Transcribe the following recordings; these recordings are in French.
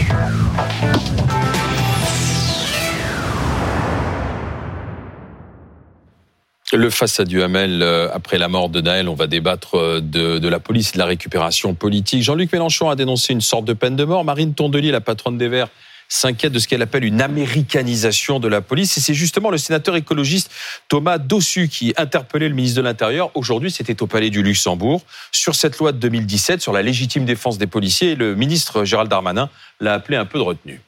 Le face à Duhamel, après la mort de Nahel, on va débattre de la police et de la récupération politique. Jean-Luc Mélenchon a dénoncé une sorte de peine de mort. Marine Tondelier, la patronne des Verts, s'inquiète de ce qu'elle appelle une américanisation de la police. Et c'est justement le sénateur écologiste Thomas Dossus qui interpellait le ministre de l'Intérieur. Aujourd'hui, c'était au Palais du Luxembourg sur cette loi de 2017 sur la légitime défense des policiers. Et le ministre Gérald Darmanin l'a appelé un peu de retenue.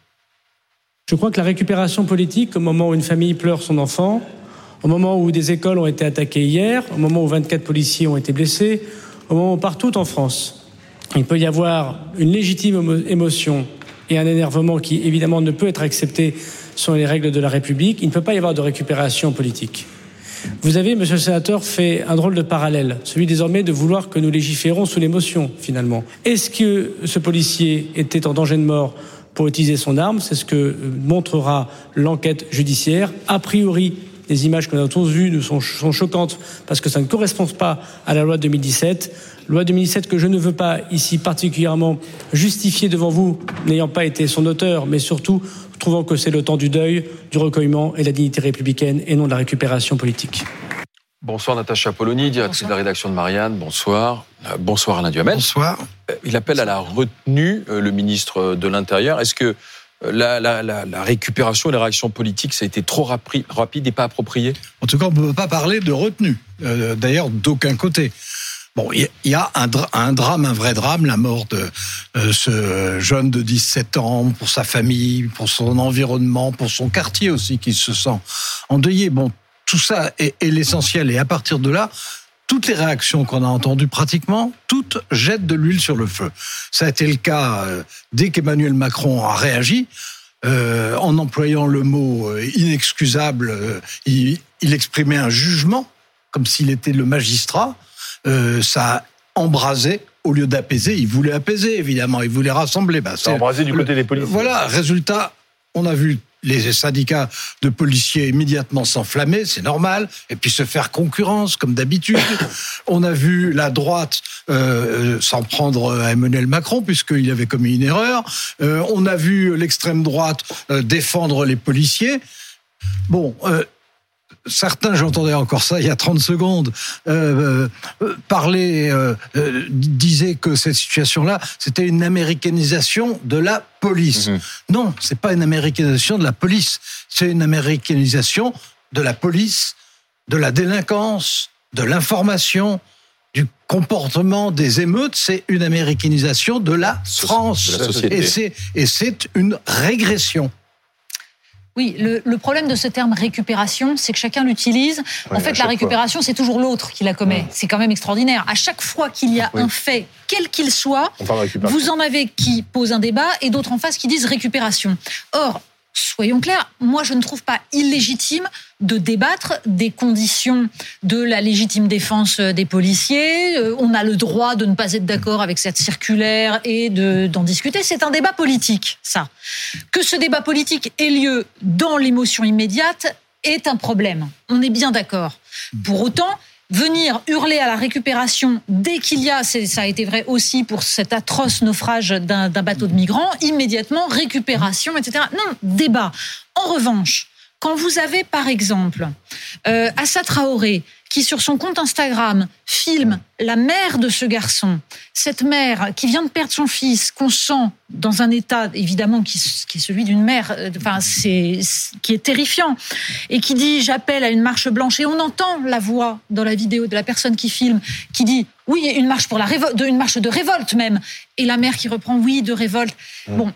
Je crois que la récupération politique, au moment où une famille pleure son enfant, au moment où des écoles ont été attaquées hier, au moment où 24 policiers ont été blessés, au moment où partout en France, il peut y avoir une légitime émotion et un énervement qui, évidemment, ne peut être accepté selon les règles de la République, il ne peut pas y avoir de récupération politique. Vous avez, monsieur le sénateur, fait un drôle de parallèle, celui désormais de vouloir que nous légiférons sous l'émotion, finalement. Est-ce que ce policier était en danger de mort pour utiliser son arme? C'est ce que montrera l'enquête judiciaire. A priori, les images que nous avons tous vues sont choquantes parce que ça ne correspond pas à la loi de 2017. Loi 2017 que je ne veux pas ici particulièrement justifier devant vous, n'ayant pas été son auteur, mais surtout trouvant que c'est le temps du deuil, du recueillement et de la dignité républicaine et non de la récupération politique. Bonsoir Natacha Polony, directrice de la rédaction de Marianne. Bonsoir. Bonsoir Alain Duhamel. Bonsoir. Il appelle à la retenue, le ministre de l'Intérieur. Est-ce que la récupération et la réaction politique, ça a été trop rapide et pas approprié? En tout cas, on ne peut pas parler de retenue, d'ailleurs d'aucun côté. Bon, il y a un vrai drame, la mort de ce jeune de 17 ans, pour sa famille, pour son environnement, pour son quartier aussi, qui se sent endeuillé. Bon, tout ça est l'essentiel. Et à partir de là, toutes les réactions qu'on a entendues, pratiquement, toutes jettent de l'huile sur le feu. Ça a été le cas dès qu'Emmanuel Macron a réagi, en employant le mot inexcusable. Il exprimait un jugement, comme s'il était le magistrat. Ça a embrasé au lieu d'apaiser. Il voulait apaiser, évidemment. Il voulait rassembler. Ça a embrasé du côté des policiers. Voilà, résultat, on a vu les syndicats de policiers immédiatement s'enflammer, c'est normal, et puis se faire concurrence, comme d'habitude. On a vu la droite s'en prendre à Emmanuel Macron, puisqu'il avait commis une erreur. On a vu l'extrême droite défendre les policiers. Bon... Certains, j'entendais encore ça il y a 30 secondes, disaient que cette situation-là, c'était une américanisation de la police. Non, c'est pas une américanisation de la police, c'est une américanisation de la police, de la délinquance, de l'information, du comportement des émeutes. C'est une américanisation de la France. De la société. Et c'est une régression. Oui, le problème de ce terme récupération, c'est que chacun l'utilise. En fait, la récupération, c'est toujours l'autre qui la commet. C'est quand même extraordinaire. À chaque fois qu'il y a un fait, quel qu'il soit, vous en avez qui posent un débat et d'autres en face qui disent récupération. Or, soyons clairs, moi je ne trouve pas illégitime de débattre des conditions de la légitime défense des policiers. On a le droit de ne pas être d'accord avec cette circulaire et d'en discuter. C'est un débat politique, ça. Que ce débat politique ait lieu dans l'émotion immédiate est un problème. On est bien d'accord. Pour autant, venir hurler à la récupération dès qu'il y a, ça a été vrai aussi pour cet atroce naufrage d'un bateau de migrants, immédiatement récupération, etc. Non, débat. En revanche, quand vous avez par exemple Assa Traoré qui sur son compte Instagram filme la mère de ce garçon, cette mère qui vient de perdre son fils, qu'on sent dans un état évidemment qui est celui d'une mère, qui est terrifiant, et qui dit j'appelle à une marche blanche, et on entend la voix dans la vidéo de la personne qui filme qui dit oui, une marche pour la révolte, une marche de révolte même, et la mère qui reprend oui, de révolte. Bon,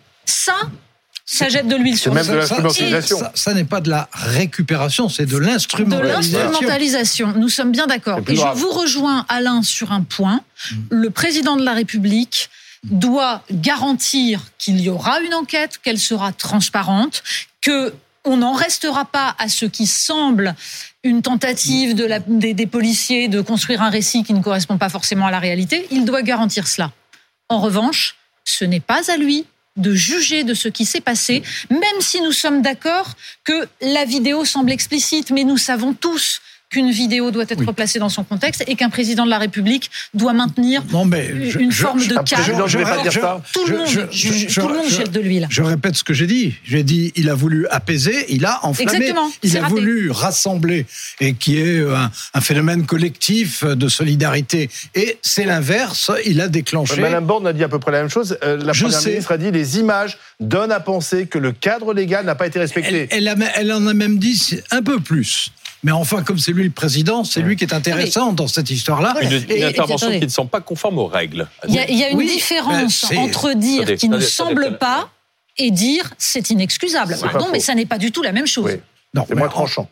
ça jette de l'huile sur le feu. Ça n'est pas de la récupération, c'est de l'instrumentalisation. De l'instrumentalisation, nous sommes bien d'accord. Et je vous rejoins, Alain, sur un point. Le président de la République doit garantir qu'il y aura une enquête, qu'elle sera transparente, qu'on n'en restera pas à ce qui semble une tentative des policiers de construire un récit qui ne correspond pas forcément à la réalité. Il doit garantir cela. En revanche, ce n'est pas à lui de juger de ce qui s'est passé, même si nous sommes d'accord que la vidéo semble explicite, mais nous savons tous qu'une vidéo doit être placée dans son contexte et qu'un président de la République doit maintenir une forme de calme. Je ne vais pas dire ça. Tout le monde jette de l'huile. Je répète ce que j'ai dit. J'ai dit, il a voulu apaiser, il a enflammé. Exactement, il a voulu rassembler, et qui est un phénomène collectif de solidarité. Et c'est l'inverse, il a déclenché... Madame Borne a dit à peu près la même chose. La Première ministre a dit, les images donnent à penser que le cadre légal n'a pas été respecté. Elle en a même dit un peu plus. Mais enfin, comme c'est lui le président, c'est lui qui est intéressant dans cette histoire-là. Une intervention qui ne semble pas conforme aux règles. Il y a une différence entre dire qu'il ne semble pas et dire c'est inexcusable. Pardon, mais ça n'est pas du tout la même chose. Oui. Non, c'est moins tranchant.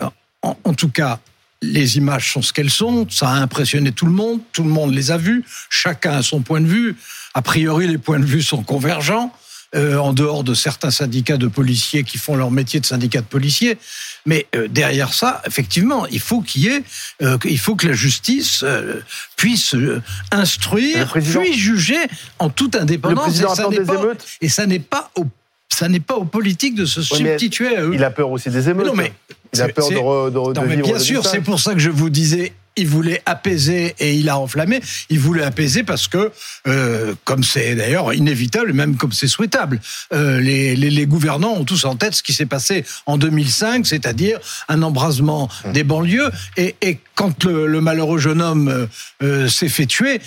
En tout cas, les images sont ce qu'elles sont. Ça a impressionné tout le monde les a vues. Chacun a son point de vue. A priori, les points de vue sont convergents. En dehors de certains syndicats de policiers qui font leur métier de syndicat de policiers. Mais derrière ça, effectivement, il faut que la justice puisse instruire, puis juger en toute indépendance. Le président a peur des émeutes. Et ça n'est pas aux politiques de se substituer à eux. Il a peur aussi des émeutes. Il a peur de vivre. Bien sûr, c'est pour ça que je vous disais... Il voulait apaiser et il a enflammé. Il voulait apaiser parce que, comme c'est d'ailleurs inévitable, même comme c'est souhaitable, les gouvernants ont tous en tête ce qui s'est passé en 2005, c'est-à-dire un embrasement des banlieues. Et quand le malheureux jeune homme s'est fait tuer...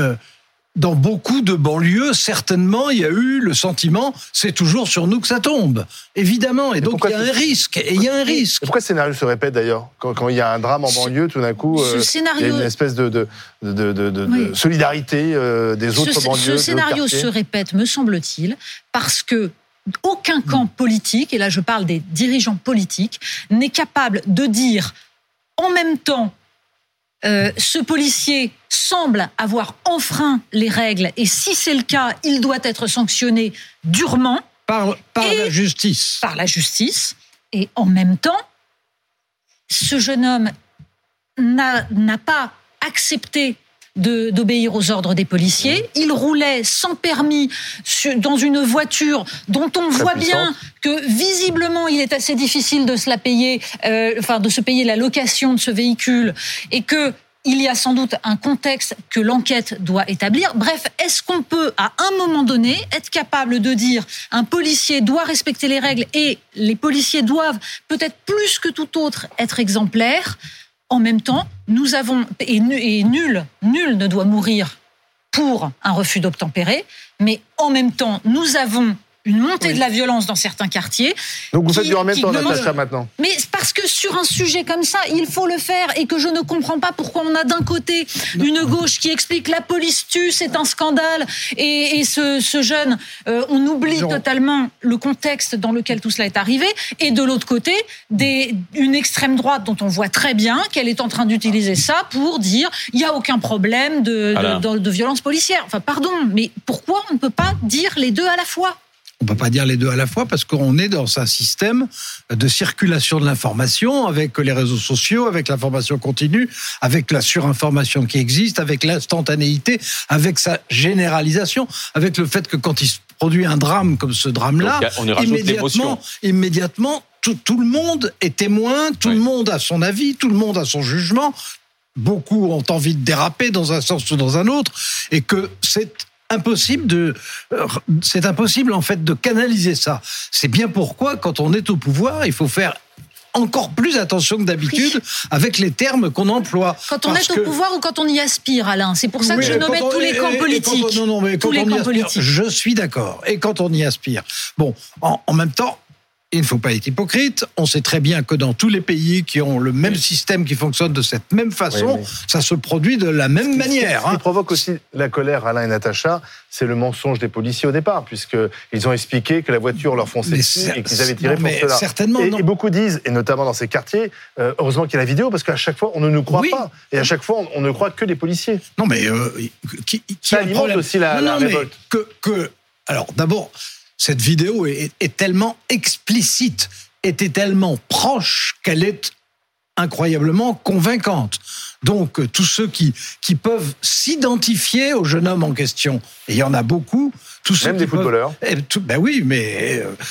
dans beaucoup de banlieues, certainement, il y a eu le sentiment, c'est toujours sur nous que ça tombe. Évidemment. Et donc, il y a un risque. Et il y a un risque. Pourquoi ce scénario se répète, d'ailleurs ? Quand il y a un drame en banlieue, tout d'un coup, il y a une espèce de solidarité des autres banlieues. Ce scénario se répète, me semble-t-il, parce que aucun camp politique, et là je parle des dirigeants politiques, n'est capable de dire en même temps ce policier semble avoir enfreint les règles et si c'est le cas, il doit être sanctionné durement par la justice. Par la justice. Et en même temps, ce jeune homme n'a pas accepté d'obéir aux ordres des policiers. Il roulait sans permis dans une voiture dont on voit bien que visiblement il est assez difficile de se la payer, de se payer la location de ce véhicule et que il y a sans doute un contexte que l'enquête doit établir. Bref, est-ce qu'on peut, à un moment donné, être capable de dire un policier doit respecter les règles et les policiers doivent, peut-être plus que tout autre, être exemplaires ? En même temps, nous avons, et nul ne doit mourir pour un refus d'obtempérer, mais en même temps, nous avons une montée de la violence dans certains quartiers. Donc vous faites du en même temps, Natacha, maintenant. Mais parce que sur un sujet comme ça, il faut le faire et que je ne comprends pas pourquoi on a d'un côté une gauche qui explique la police tue, c'est un scandale, et ce jeune, on oublie totalement le contexte dans lequel tout cela est arrivé, et de l'autre côté, une extrême droite dont on voit très bien qu'elle est en train d'utiliser ça pour dire il n'y a aucun problème de violence policière. Enfin, pardon, mais pourquoi on ne peut pas dire les deux à la fois ? On ne peut pas dire les deux à la fois parce qu'on est dans un système de circulation de l'information avec les réseaux sociaux, avec l'information continue, avec la surinformation qui existe, avec l'instantanéité, avec sa généralisation, avec le fait que quand il se produit un drame comme ce drame-là, immédiatement tout le monde est témoin, tout le monde a son avis, tout le monde a son jugement. Beaucoup ont envie de déraper dans un sens ou dans un autre et que c'est impossible en fait de canaliser ça. C'est bien pourquoi quand on est au pouvoir, il faut faire encore plus attention que d'habitude avec les termes qu'on emploie. Quand on est au pouvoir ou quand on y aspire, Alain. C'est pour ça que je nommais tous les camps politiques. Tous les camps politiques. Je suis d'accord. Et quand on y aspire. Bon, en même temps, il ne faut pas être hypocrite. On sait très bien que dans tous les pays qui ont le même système, qui fonctionne de cette même façon, ça se produit de la même manière. Ce qui provoque aussi la colère, Alain et Natacha, c'est le mensonge des policiers au départ, puisqu'ils ont expliqué que la voiture leur fonçait dessus et qu'ils avaient tiré pour cela. Certainement, et beaucoup disent, et notamment dans ces quartiers, heureusement qu'il y a la vidéo, parce qu'à chaque fois, on ne nous croit pas. Et à chaque fois, on ne croit que les policiers. Non, mais ça alimente aussi la révolte. Alors, d'abord, cette vidéo est tellement explicite, était tellement proche qu'elle est incroyablement convaincante. Donc, tous ceux qui peuvent s'identifier au jeune homme en question, et il y en a beaucoup, tous ceux même des footballeurs. Ben oui, mais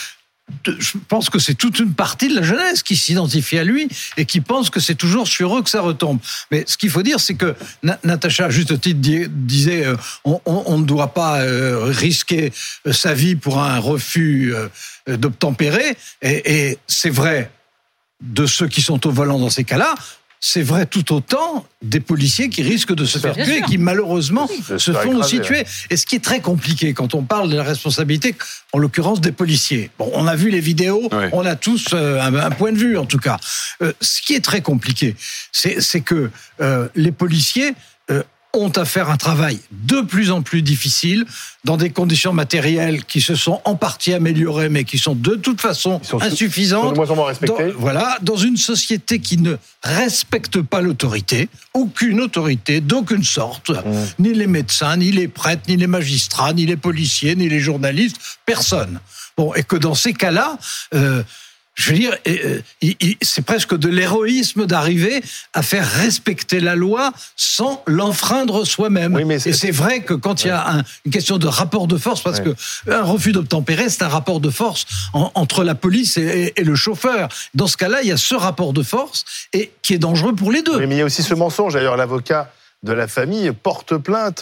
je pense que c'est toute une partie de la jeunesse qui s'identifie à lui et qui pense que c'est toujours sur eux que ça retombe. Mais ce qu'il faut dire, c'est que Natacha, à juste titre, disait on ne doit pas risquer sa vie pour un refus d'obtempérer. Et c'est vrai de ceux qui sont au volant dans ces cas-là. C'est vrai tout autant des policiers qui risquent de se faire tuer et qui malheureusement se font aussi tuer. Et ce qui est très compliqué quand on parle de la responsabilité, en l'occurrence des policiers. Bon, on a vu les vidéos, on a tous un point de vue en tout cas. Ce qui est très compliqué, c'est que les policiers ont à faire un travail de plus en plus difficile dans des conditions matérielles qui se sont en partie améliorées mais qui sont de toute façon insuffisantes. De moins en moins respectées. Dans une société qui ne respecte pas l'autorité, aucune autorité d'aucune sorte, ni les médecins, ni les prêtres, ni les magistrats, ni les policiers, ni les journalistes, personne. Bon, et que dans ces cas-là, je veux dire, c'est presque de l'héroïsme d'arriver à faire respecter la loi sans l'enfreindre soi-même. Oui, et c'est vrai que quand il y a une question de rapport de force, parce que un refus d'obtempérer, c'est un rapport de force entre la police et le chauffeur. Dans ce cas-là, il y a ce rapport de force et qui est dangereux pour les deux. Oui, mais il y a aussi ce mensonge. D'ailleurs, l'avocat de la famille porte plainte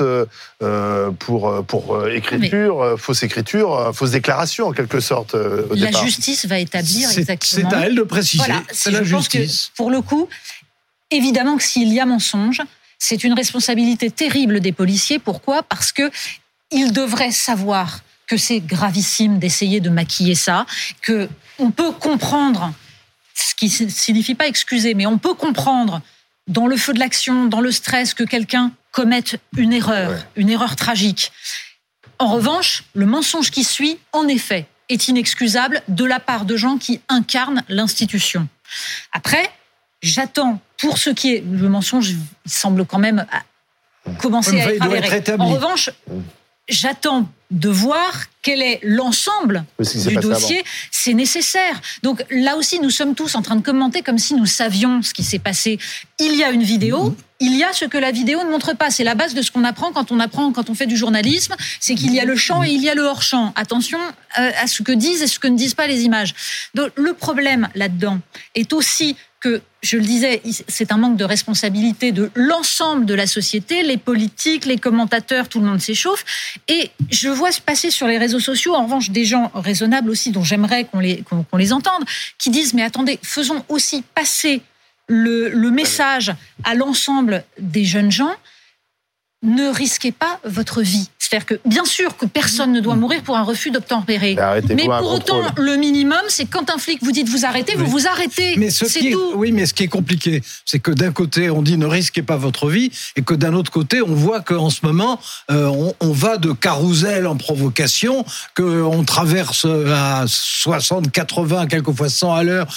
pour écriture, fausse écriture, fausse déclaration en quelque sorte au départ. La justice va établir exactement. C'est à elle de préciser. Voilà, c'est la justice. Que, pour le coup, évidemment que s'il y a mensonge, c'est une responsabilité terrible des policiers. Pourquoi ? Parce que ils devraient savoir que c'est gravissime d'essayer de maquiller ça, que on peut comprendre, ce qui signifie pas excuser, mais on peut comprendre dans le feu de l'action, dans le stress, que quelqu'un commette une erreur tragique. En revanche, le mensonge qui suit, en effet, est inexcusable de la part de gens qui incarnent l'institution. Après, j'attends, pour ce qui est... Le mensonge, il semble quand même commencer à être avéré. En revanche, j'attends de voir quel est l'ensemble du dossier. C'est nécessaire. Donc là aussi, nous sommes tous en train de commenter comme si nous savions ce qui s'est passé. Il y a une vidéo, il y a ce que la vidéo ne montre pas. C'est la base de ce qu'on apprend quand on fait du journalisme, c'est qu'il y a le champ et il y a le hors-champ. Attention à ce que disent et ce que ne disent pas les images. Donc le problème là-dedans est aussi que, je le disais, c'est un manque de responsabilité de l'ensemble de la société, les politiques, les commentateurs, tout le monde s'échauffe. Et je vois se passer sur les réseaux sociaux, en revanche, des gens raisonnables aussi, dont j'aimerais qu'on les entende, qui disent, mais attendez, faisons aussi passer le message à l'ensemble des jeunes gens, ne risquez pas votre vie. C'est-à-dire que, bien sûr, que personne ne doit mourir pour un refus d'obtempérer. Mais pour autant, le minimum, c'est quand un flic vous dit de vous arrêter, vous vous arrêtez. Mais c'est tout. Oui, mais ce qui est compliqué, c'est que d'un côté, on dit ne risquez pas votre vie, et que d'un autre côté, on voit qu'en ce moment, on va de carrousel en provocation, qu'on traverse à 60, 80, quelquefois 100 à l'heure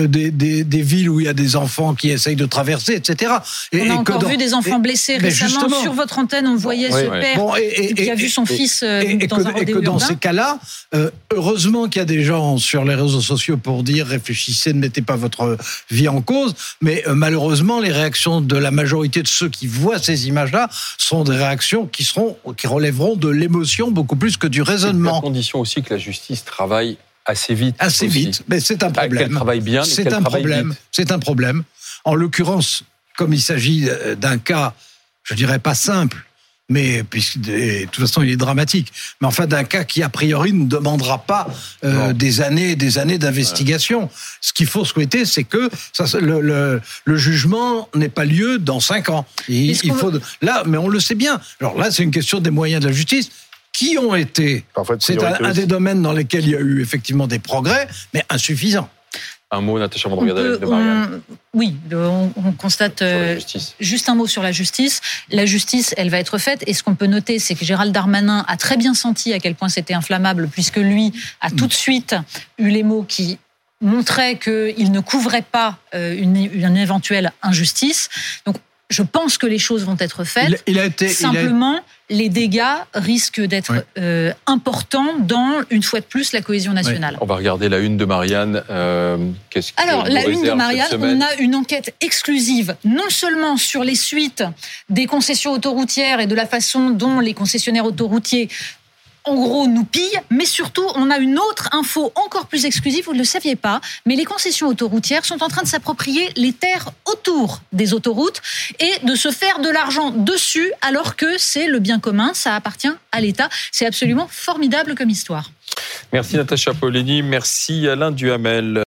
des villes où il y a des enfants qui essayent de traverser, etc. On a encore vu des enfants blessés récemment. Sur votre antenne, on voyait ce père qui a vu son fils dans un rodéo urbain. Dans ces cas-là, heureusement qu'il y a des gens sur les réseaux sociaux pour dire réfléchissez, ne mettez pas votre vie en cause, mais malheureusement, les réactions de la majorité de ceux qui voient ces images-là sont des réactions qui relèveront de l'émotion beaucoup plus que du raisonnement. C'est à condition aussi que la justice travaille assez vite. Assez vite, mais c'est un problème. Qu'elle travaille bien, mais qu'elle travaille vite. C'est un problème. En l'occurrence, comme il s'agit d'un cas, je dirais pas simple, mais puisque de toute façon il est dramatique, mais enfin d'un cas qui a priori ne demandera pas des années et des années d'investigation. Ce qu'il faut souhaiter, c'est que le jugement n'ait pas lieu dans 5 ans. Là, mais on le sait bien. Alors là, c'est une question des moyens de la justice qui ont été. C'est un des domaines dans lesquels il y a eu effectivement des progrès, mais insuffisants. Un mot, Natacha, avant de regarder de Marianne. Oui, on constate juste un mot sur la justice. La justice, elle va être faite. Et ce qu'on peut noter, c'est que Gérald Darmanin a très bien senti à quel point c'était inflammable, puisque lui a tout de suite eu les mots qui montraient qu'il ne couvrait pas une éventuelle injustice. Donc, je pense que les choses vont être faites. Simplement, les dégâts risquent d'être importants dans, une fois de plus, la cohésion nationale. On va regarder la une de Marianne. Alors, la une de Marianne, on a une enquête exclusive, non seulement sur les suites des concessions autoroutières et de la façon dont les concessionnaires autoroutiers en gros, nous pillent, mais surtout, on a une autre info encore plus exclusive, vous ne le saviez pas, mais les concessions autoroutières sont en train de s'approprier les terres autour des autoroutes et de se faire de l'argent dessus, alors que c'est le bien commun, ça appartient à l'État. C'est absolument formidable comme histoire. Merci Natacha Polony, merci Alain Duhamel.